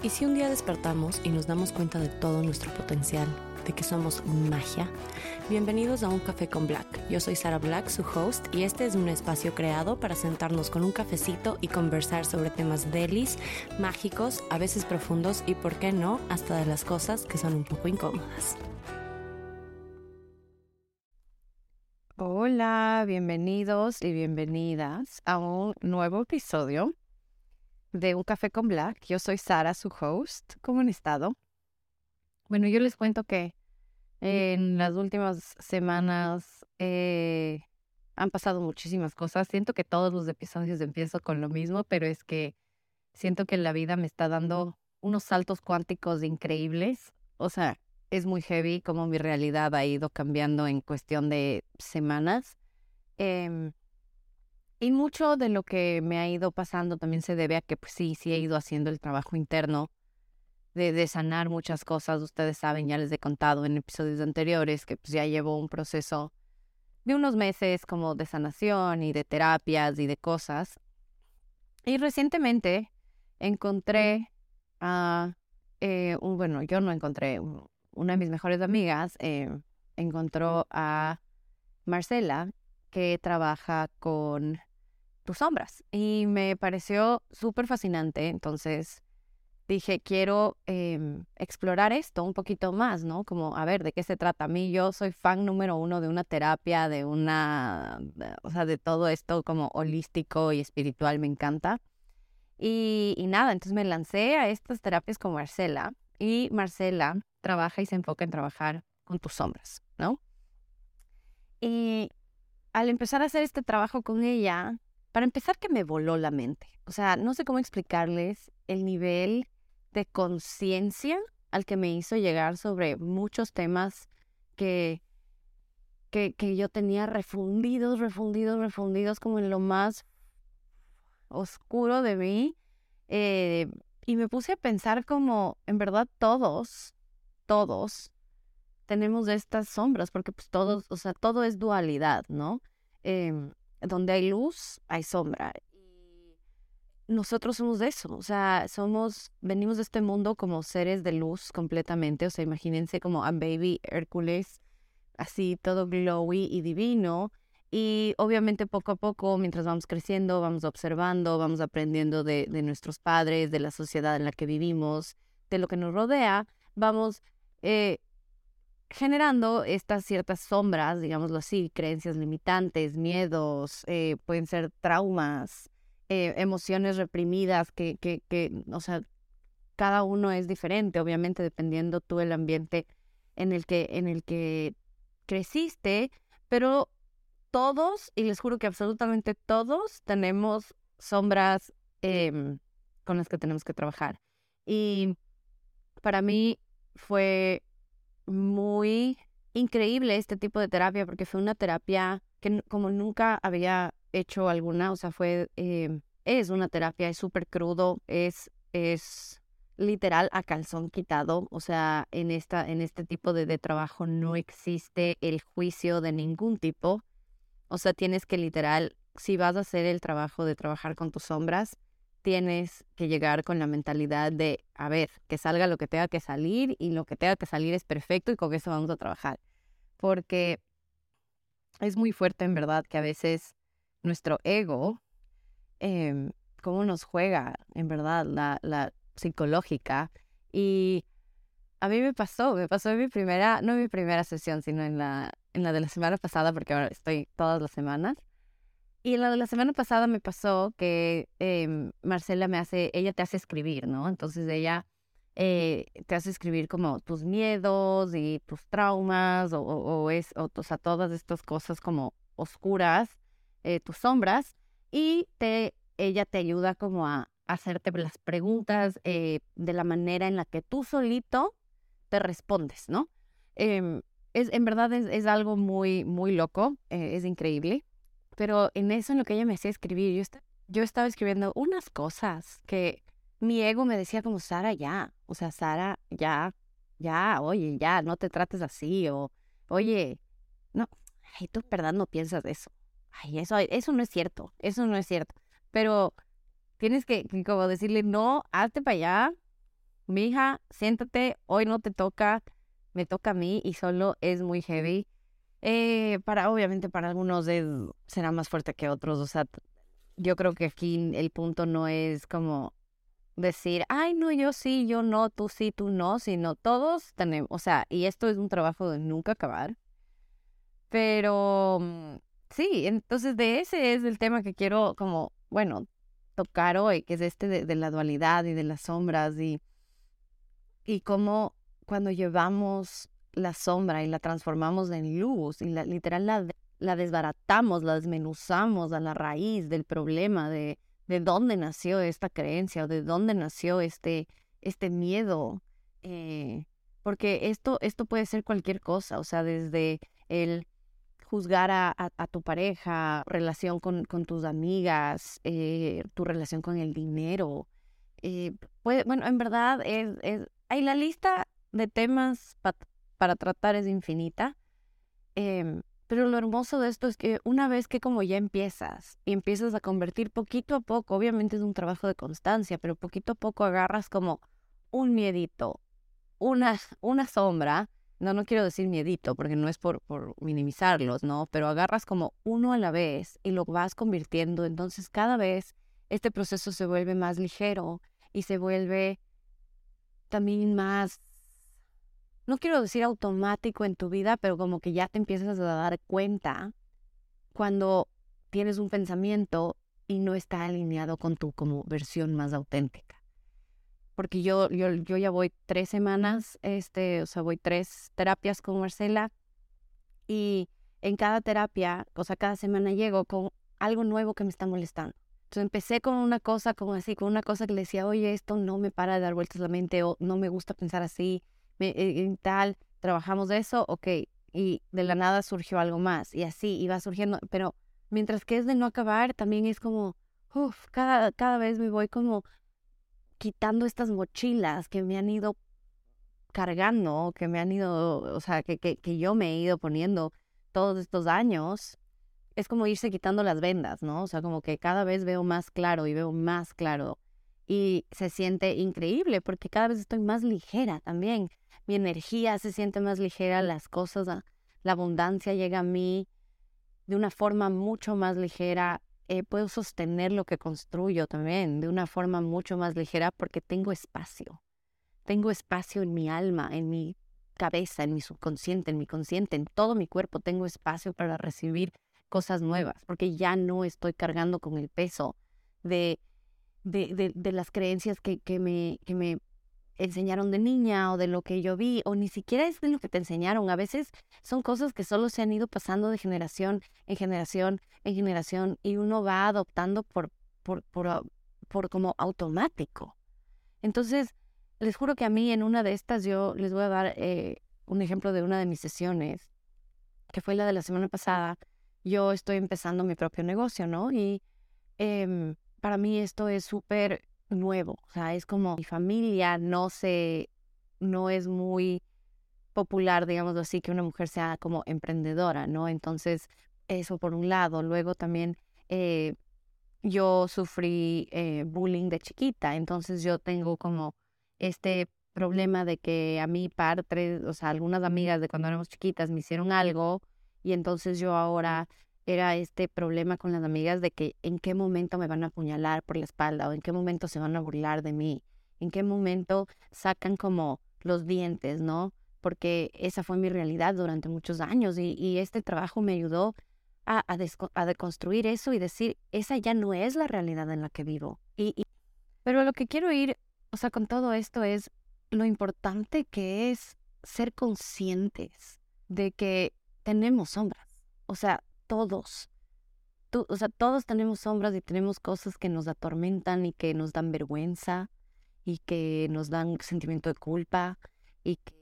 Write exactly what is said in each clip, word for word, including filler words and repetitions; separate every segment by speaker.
Speaker 1: ¿Y si un día despertamos y nos damos cuenta de todo nuestro potencial, de que somos magia? Bienvenidos a Un Café con Black. Yo soy Sara Black, su host, y este es un espacio creado para sentarnos con un cafecito y conversar sobre temas delis, mágicos, a veces profundos y, por qué no, hasta de las cosas que son un poco incómodas.
Speaker 2: Hola, bienvenidos y bienvenidas a un nuevo episodio de Un Café con Black. Yo soy Sara, su host. ¿Cómo han estado? Bueno, yo les cuento que en las últimas semanas eh, han pasado muchísimas cosas. Siento que todos los episodios empiezo con lo mismo, pero es que siento que la vida me está dando unos saltos cuánticos increíbles. O sea, es muy heavy como mi realidad ha ido cambiando en cuestión de semanas. Eh, y mucho de lo que me ha ido pasando también se debe a que pues sí, sí he ido haciendo el trabajo interno de, de sanar muchas cosas. Ustedes saben, ya les he contado en episodios anteriores que pues ya llevo un proceso de unos meses como de sanación y de terapias y de cosas. Y recientemente encontré a, eh, un, bueno, yo no encontré, un- una de mis mejores amigas eh, encontró a Marcela, que trabaja con tus sombras. Y me pareció súper fascinante. Entonces dije, quiero em, explorar esto un poquito más, ¿no? Como, a ver, ¿de qué se trata? A mí, yo soy fan número uno de una terapia, de una, de- o sea, de todo esto como holístico y espiritual, me encanta. Y, y nada, entonces me lancé a estas terapias con Marcela. Y Marcela trabaja y se enfoca en trabajar con tus sombras, ¿no? Y al empezar a hacer este trabajo con ella, para empezar que me voló la mente. O sea, no sé cómo explicarles el nivel de conciencia al que me hizo llegar sobre muchos temas que, que, que yo tenía refundidos, refundidos, refundidos como en lo más oscuro de mí. Eh, y me puse a pensar como, en verdad, todos, todos tenemos estas sombras, porque pues todos, o sea, todo es dualidad, ¿no? Em, donde hay luz, hay sombra. Y nosotros somos de eso, o sea, somos, venimos de este mundo como seres de luz completamente, o sea, imagínense como a Baby Hércules, así todo glowy y divino. Y obviamente poco a poco, mientras vamos creciendo, vamos observando, vamos aprendiendo de, de nuestros padres, de la sociedad en la que vivimos, de lo que nos rodea, vamos eh, generando estas ciertas sombras, digámoslo así, creencias limitantes, miedos, eh, pueden ser traumas, eh, emociones reprimidas, que, que, que, o sea, cada uno es diferente, obviamente, dependiendo tú el ambiente en el que, en el que creciste, pero todos, y les juro que absolutamente todos, tenemos sombras em, con las que tenemos que trabajar. Y para mí fue muy increíble este tipo de terapia, porque fue una terapia que n- como nunca había hecho alguna, o sea, fue, eh, es una terapia, es súper crudo, es, es literal a calzón quitado, o sea, en esta, en este tipo de, de trabajo no existe el juicio de ningún tipo, o sea, tienes que literal, si vas a hacer el trabajo de trabajar con tus sombras, tienes que llegar con la mentalidad de, a ver, que salga lo que tenga que salir y lo que tenga que salir es perfecto y con eso vamos a trabajar. Porque es muy fuerte en verdad que a veces nuestro ego, em, cómo nos juega en verdad la, la psicológica. Y a mí me pasó, me pasó en mi primera, no en mi primera sesión, sino en la, en la de la semana pasada, porque ahora estoy todas las semanas. Y en la de la semana pasada me pasó que em, Marcela me hace, ella te hace escribir, ¿no? Entonces ella eh, te hace escribir como tus miedos y tus traumas o, o, o es, o, o sea, todas estas cosas como oscuras, eh, tus sombras, y te, ella te ayuda como a hacerte las preguntas eh, de la manera en la que tú solito te respondes, ¿no? Em, es, en verdad es, es algo muy, muy loco, eh, es increíble. Pero en eso, en lo que ella me hacía escribir, yo, esta- yo estaba escribiendo unas cosas que mi ego me decía como, Sara, ya, o sea, Sara, ya, ya, oye, ya, no te trates así, o, oye, no, ay, tú, en verdad, no piensas eso. Ay, eso, eso no es cierto, eso no es cierto. Pero tienes que, que como decirle, no, hazte para allá, mija, siéntate, hoy no te toca, me toca a mí y solo es muy heavy. Eh, para, obviamente para algunos es, será más fuerte que otros, o sea, t- yo creo que aquí el punto no es como decir, ay, no, yo sí, yo no, tú sí, tú no, sino todos tenemos, o sea, y esto es un trabajo de nunca acabar, pero mm, sí, entonces de ese es el tema que quiero como, bueno, tocar hoy, que es este de, de la dualidad y de las sombras y, y cómo cuando llevamos la sombra y la transformamos en luz y la, literal la, de- la desbaratamos, la desmenuzamos a la raíz del problema de, de dónde nació esta creencia o de dónde nació este, este miedo. eh, Porque esto, esto puede ser cualquier cosa, o sea, desde el juzgar a, a, a tu pareja, relación con, con tus amigas, eh, tu relación con el dinero. eh, puede, bueno, en verdad es, es, hay la lista de temas pa- para tratar es infinita, em, pero lo hermoso de esto es que una vez que como ya empiezas y empiezas a convertir poquito a poco, obviamente es un trabajo de constancia, pero poquito a poco agarras como un miedito, una, una sombra, no, no quiero decir miedito, porque no es por, por minimizarlos, ¿no? Pero agarras como uno a la vez y lo vas convirtiendo, entonces cada vez este proceso se vuelve más ligero y se vuelve también más, no quiero decir automático en tu vida, pero como que ya te empiezas a dar cuenta cuando tienes un pensamiento y no está alineado con tu como versión más auténtica. Porque yo, yo, yo ya voy tres semanas, este, o sea, voy tres terapias con Marcela y en cada terapia, o sea, cada semana llego con algo nuevo que me está molestando. Entonces empecé con una cosa, como así, con una cosa que le decía, oye, esto no me para de dar vueltas la mente o no me gusta pensar así, me, eh, eh, tal, trabajamos de eso, ok, y de la nada surgió algo más y así iba surgiendo, pero mientras que es de no acabar, también es como, uff, cada, cada vez me voy como quitando estas mochilas que me han ido cargando, que me han ido, o sea, que, que, que yo me he ido poniendo todos estos años, es como irse quitando las vendas, ¿no? O sea, como que cada vez veo más claro y veo más claro y se siente increíble porque cada vez estoy más ligera también. Mi energía se siente más ligera, las cosas, la, la abundancia llega a mí de una forma mucho más ligera. Eh, puedo sostener lo que construyo también de una forma mucho más ligera porque tengo espacio. Tengo espacio en mi alma, en mi cabeza, en mi subconsciente, en mi consciente, en todo mi cuerpo. Tengo espacio para recibir cosas nuevas porque ya no estoy cargando con el peso de, de, de, de las creencias que, que, me, que me enseñaron de niña o de lo que yo vi, o ni siquiera es de lo que te enseñaron. A veces son cosas que solo se han ido pasando de generación en generación en generación y uno va adoptando por, por, por, ah, por como automático. Entonces, les juro que a mí en una de estas yo les voy a dar eh, un ejemplo de una de mis sesiones, que fue la de la semana pasada. Yo estoy empezando mi propio negocio, ¿no? Y em, para mí esto es súper nuevo, o sea, es como mi familia no se, no es muy popular, digamos así, que una mujer sea como emprendedora, ¿no? Entonces, eso por un lado. Luego también eh, yo sufrí eh, bullying de chiquita, entonces yo tengo como este problema de que a mí par, tres, o sea, algunas amigas de cuando éramos chiquitas me hicieron algo y entonces yo ahora era este problema con las amigas de que en qué momento me van a apuñalar por la espalda o en qué momento se van a burlar de mí, en qué momento sacan como los dientes, ¿no? Porque esa fue mi realidad durante muchos años y, y este trabajo me ayudó a, a, desco- a deconstruir eso y decir, esa ya no es la realidad en la que vivo. Y, y- pero lo que quiero ir, o sea, con todo esto es lo importante que es ser conscientes de que tenemos sombras. O sea, todos. Tú, o sea, todos tenemos sombras y tenemos cosas que nos atormentan y que nos dan vergüenza y que nos dan sentimiento de culpa y que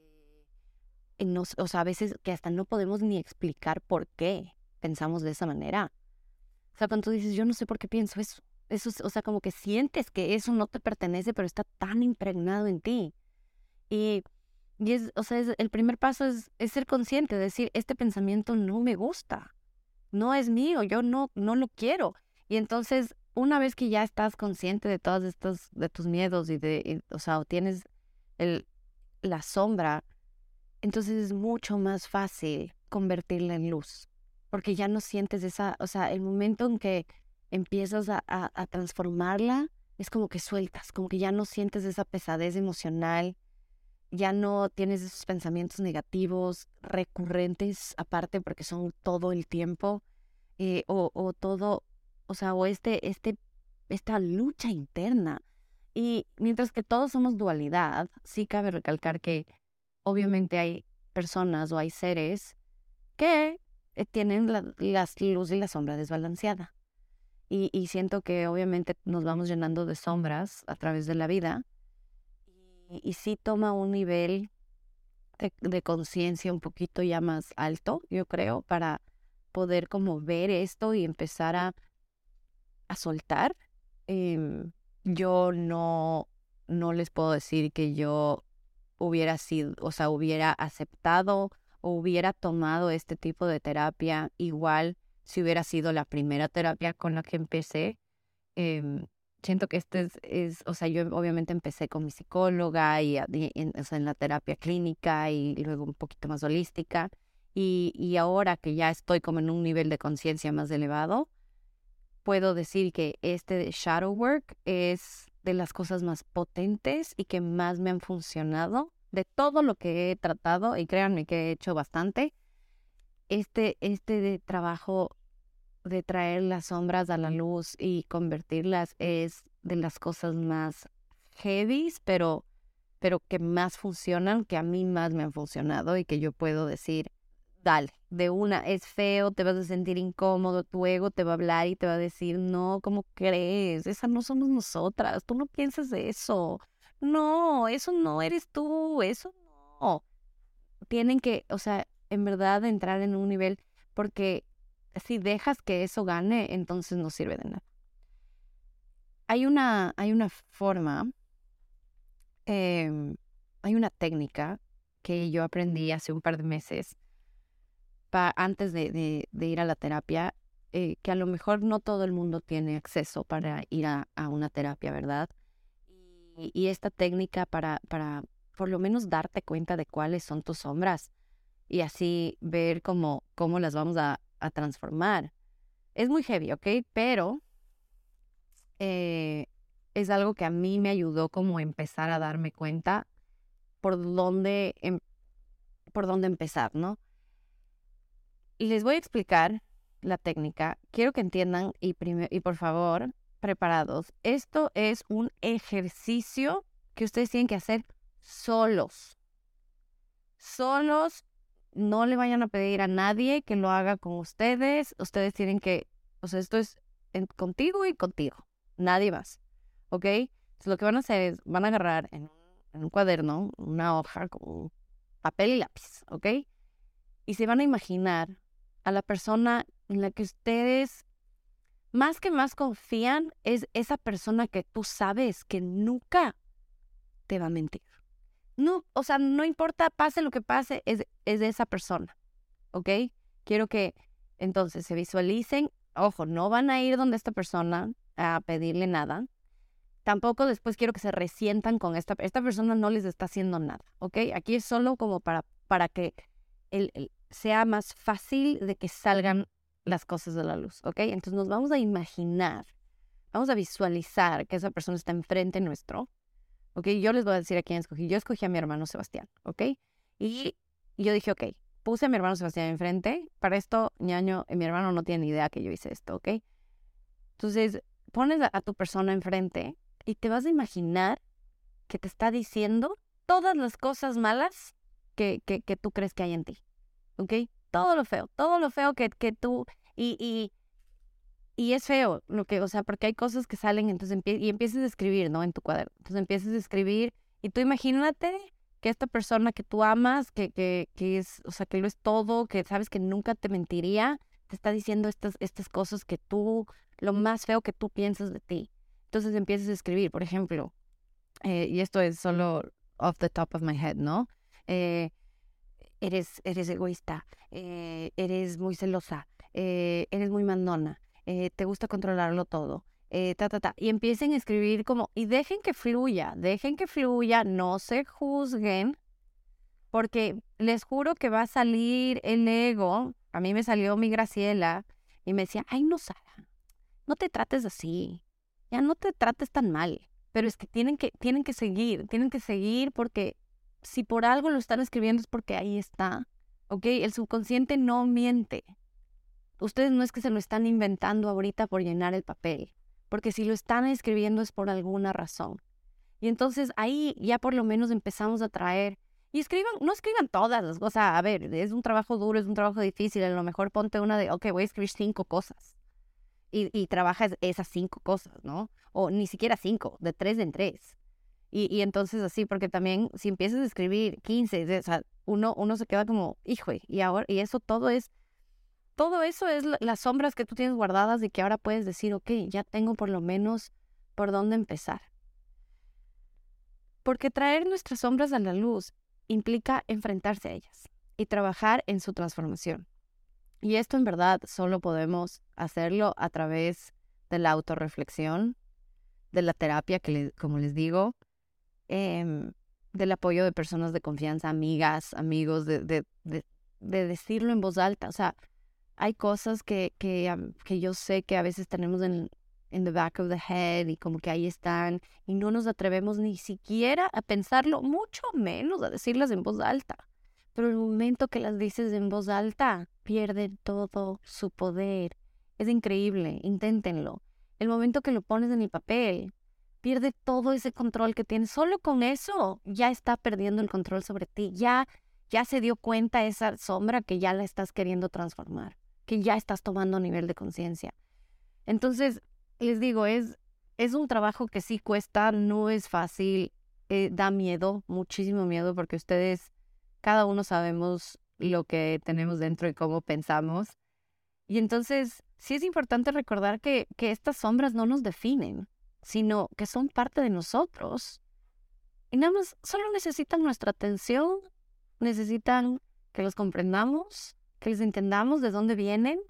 Speaker 2: y nos, o sea, a veces que hasta no podemos ni explicar por qué pensamos de esa manera. O sea, cuando tú dices, yo no sé por qué pienso eso. Eso, es- o sea, como que sientes que eso no te pertenece, pero está tan impregnado en ti. Y, y es, o sea, es- el primer paso es, es ser consciente, decir, este pensamiento no me gusta, no es mío, yo no, no lo quiero. Y entonces, una vez que ya estás consciente de todos estos, de tus miedos y de, y, o sea, o tienes el, la sombra, entonces es mucho más fácil convertirla en luz, porque ya no sientes esa, o sea, el momento en que empiezas a, a, a transformarla, es como que sueltas, como que ya no sientes esa pesadez emocional, ya no tienes esos pensamientos negativos recurrentes, aparte porque son todo el tiempo, eh, o, o todo, o sea, o este, este, esta lucha interna. Y mientras que todos somos dualidad, sí cabe recalcar que obviamente hay personas o hay seres que eh, tienen la, las luz y la sombra desbalanceada. Y, y siento que obviamente nos vamos llenando de sombras a través de la vida. Y, y sí toma un nivel de, de conciencia un poquito ya más alto, yo creo, para poder como ver esto y empezar a, a soltar. Em, yo no, no les puedo decir que yo hubiera sido, o sea, hubiera aceptado o hubiera tomado este tipo de terapia igual si hubiera sido la primera terapia con la que empecé. Eh, siento que este es, es, o sea, yo obviamente empecé con mi psicóloga y, y en, o sea, en la terapia clínica y luego un poquito más holística. Y, y ahora que ya estoy como en un nivel de conciencia más elevado, puedo decir que este shadow work es de las cosas más potentes y que más me han funcionado de todo lo que he tratado, y créanme que he hecho bastante. Este, este de trabajo de traer las sombras a la luz y convertirlas es de las cosas más heavies, pero, pero que más funcionan, que a mí más me han funcionado y que yo puedo decir, dale, de una, es feo, te vas a sentir incómodo, tu ego te va a hablar y te va a decir, no, ¿cómo crees? Esa no somos nosotras, tú no piensas de eso, no, eso no eres tú, eso no. Tienen que, o sea, en verdad entrar en un nivel, porque si dejas que eso gane, entonces no sirve de nada. Hay una, hay una forma, eh, hay una técnica que yo aprendí hace un par de meses pa, antes de, de, de ir a la terapia, eh, que a lo mejor no todo el mundo tiene acceso para ir a, a una terapia, ¿verdad? Y, y esta técnica para, para por lo menos darte cuenta de cuáles son tus sombras y así ver cómo, cómo las vamos a, a transformar. Es muy heavy, ¿ok? Pero eh, es algo que a mí me ayudó como a empezar a darme cuenta por dónde, em, por dónde empezar, ¿no? Les voy a explicar la técnica. Quiero que entiendan y, prime- y por favor, preparados. Esto es un ejercicio que ustedes tienen que hacer solos. Solos, no le vayan a pedir a nadie que lo haga con ustedes. Ustedes tienen que, o sea, esto es en- contigo y contigo. Nadie más. ¿Ok? Entonces, lo que van a hacer es, van a agarrar en, un- en un cuaderno, una hoja con papel y lápiz. ¿Ok? Y se van a imaginar a la persona en la que ustedes más que más confían, es esa persona que tú sabes que nunca te va a mentir. No, o sea, no importa, pase lo que pase, es, es de esa persona, ¿ok? Quiero que entonces se visualicen, ojo, no van a ir donde esta persona a pedirle nada, tampoco después quiero que se resientan con esta, esta persona no les está haciendo nada, ¿ok? Aquí es solo como para, para que el, el, sea más fácil de que salgan las cosas de la luz, ¿ok? Entonces nos vamos a imaginar, vamos a visualizar que esa persona está enfrente nuestro, ¿ok? Yo les voy a decir a quién escogí. Yo escogí a mi hermano Sebastián, ¿ok? Y yo dije, ok, puse a mi hermano Sebastián enfrente. Para esto, ñaño, mi hermano no tiene ni idea que yo hice esto, ¿ok? Entonces, pones a, a tu persona enfrente y te vas a imaginar que te está diciendo todas las cosas malas que, que, que tú crees que hay en ti, ¿ok? Todo lo feo, todo lo feo que, que tú... Y, y, y es feo, lo que, o sea, porque hay cosas que salen, entonces empie y empiezas a escribir, ¿no? En tu cuaderno. Entonces empiezas a escribir y tú imagínate que esta persona que tú amas, que, que, que es, o sea, que lo es todo, que sabes que nunca te mentiría, te está diciendo estas, estas cosas que tú, lo más feo que tú piensas de ti. Entonces empiezas a escribir, por ejemplo, eh, y esto es solo off the top of my head, ¿no? Eh, eres, eres egoísta, eh, eres muy celosa, eh, eres muy mandona, eh, te gusta controlarlo todo, eh, ta, ta, ta. Y empiecen a escribir como, y dejen que fluya, dejen que fluya, no se juzguen, porque les juro que va a salir el ego. A mí me salió mi Graciela y me decía, ay, no, Sara, no te trates así, ya no te trates tan mal. Pero es que tienen que, tienen que seguir, tienen que seguir porque si por algo lo están escribiendo es porque ahí está, ¿ok? El subconsciente no miente. Ustedes no es que se lo están inventando ahorita por llenar el papel, porque si lo están escribiendo es por alguna razón. Y entonces ahí ya por lo menos empezamos a traer. Y escriban, no escriban todas las cosas. A ver, es un trabajo duro, es un trabajo difícil. A lo mejor ponte una de, ok, voy a escribir cinco cosas. Y, y trabajas esas cinco cosas, ¿no? O ni siquiera cinco, de tres en tres. Y, y entonces así, porque también si empiezas a escribir quince, o sea, uno, uno se queda como, hijo, y ahora, y eso todo es, todo eso es la, las sombras que tú tienes guardadas y que ahora puedes decir, ok, ya tengo por lo menos por dónde empezar. Porque traer nuestras sombras a la luz implica enfrentarse a ellas y trabajar en su transformación. Y esto en verdad solo podemos hacerlo a través de la autorreflexión, de la terapia, que les, como les digo, eh, del apoyo de personas de confianza, amigas, amigos, de, de, de, de decirlo en voz alta. O sea, hay cosas que, que, um, que yo sé que a veces tenemos en, en the back of the head y como que ahí están y no nos atrevemos ni siquiera a pensarlo, mucho menos a decirlas en voz alta. Pero el momento que las dices en voz alta, pierde todo su poder. Es increíble, inténtenlo. El momento que lo pones en el papel, pierde todo ese control que tienes. Solo con eso ya está perdiendo el control sobre ti. Ya, ya se dio cuenta esa sombra que ya la estás queriendo transformar, que ya estás tomando nivel de conciencia. Entonces, les digo, es, es un trabajo que sí cuesta, no es fácil, eh, da miedo, muchísimo miedo, porque ustedes... Cada uno sabemos lo que tenemos dentro y cómo pensamos. Y entonces sí es importante recordar que, que estas sombras no nos definen, sino que son parte de nosotros. Y nada más solo necesitan nuestra atención, necesitan que los comprendamos, que les entendamos de dónde vienen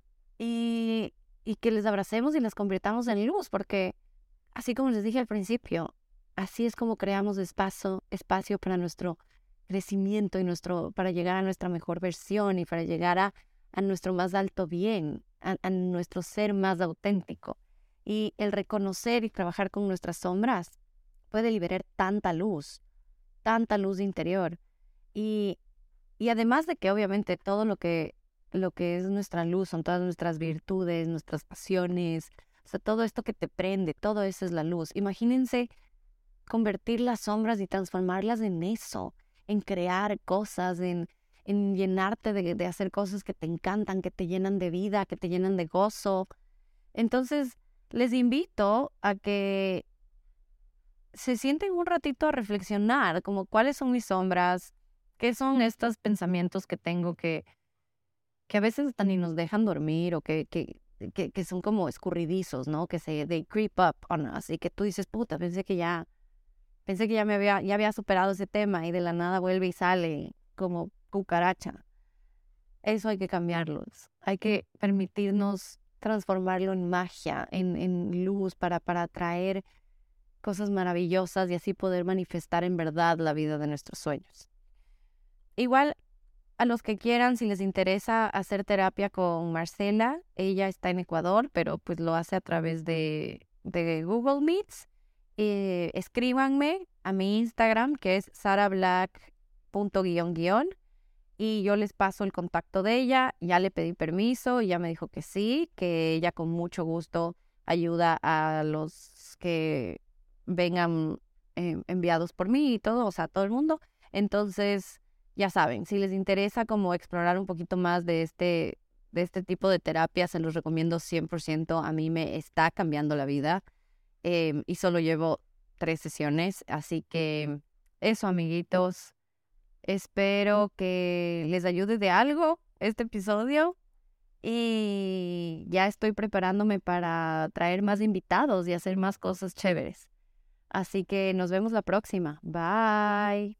Speaker 2: y, y que les abracemos y las convirtamos en luz. Porque así como les dije al principio, así es como creamos espacio, espacio para nuestro crecimiento y nuestro, para llegar a nuestra mejor versión y para llegar a, a nuestro más alto bien, a, a nuestro ser más auténtico. Y el reconocer y trabajar con nuestras sombras puede liberar tanta luz, tanta luz interior. Y, y además de que obviamente todo lo que, lo que es nuestra luz son todas nuestras virtudes, nuestras pasiones, o sea, todo esto que te prende, todo eso es la luz. Imagínense convertir las sombras y transformarlas en eso, en crear cosas, en, en llenarte de, de hacer cosas que te encantan, que te llenan de vida, que te llenan de gozo. Entonces, les invito a que se sienten un ratito a reflexionar, como cuáles son mis sombras, qué son estos pensamientos que tengo que, que a veces hasta ni nos dejan dormir o que, que, que, que son como escurridizos, ¿no? Que se, they creep up on us y que tú dices, puta, pensé que ya... Pensé que ya me había, ya había superado ese tema y de la nada vuelve y sale como cucaracha. Eso hay que cambiarlos. Hay que permitirnos transformarlo en magia, en, en luz para, para atraer cosas maravillosas y así poder manifestar en verdad la vida de nuestros sueños. Igual, a los que quieran, si les interesa hacer terapia con Marcela, ella está en Ecuador, pero pues lo hace a través de, de Google Meets. Eh, escríbanme a mi Instagram, que es sarablack punto guión guión, y yo les paso el contacto de ella. Ya le pedí permiso y ya me dijo que sí, que ella con mucho gusto ayuda a los que vengan eh, enviados por mí y todo, o sea, todo el mundo. Entonces, ya saben, si les interesa como explorar un poquito más de este, de este tipo de terapia, se los recomiendo cien por ciento. A mí me está cambiando la vida. Eh, y solo llevo tres sesiones, así que eso, amiguitos, espero que les ayude de algo este episodio y ya estoy preparándome para traer más invitados y hacer más cosas chéveres, así que nos vemos la próxima. Bye.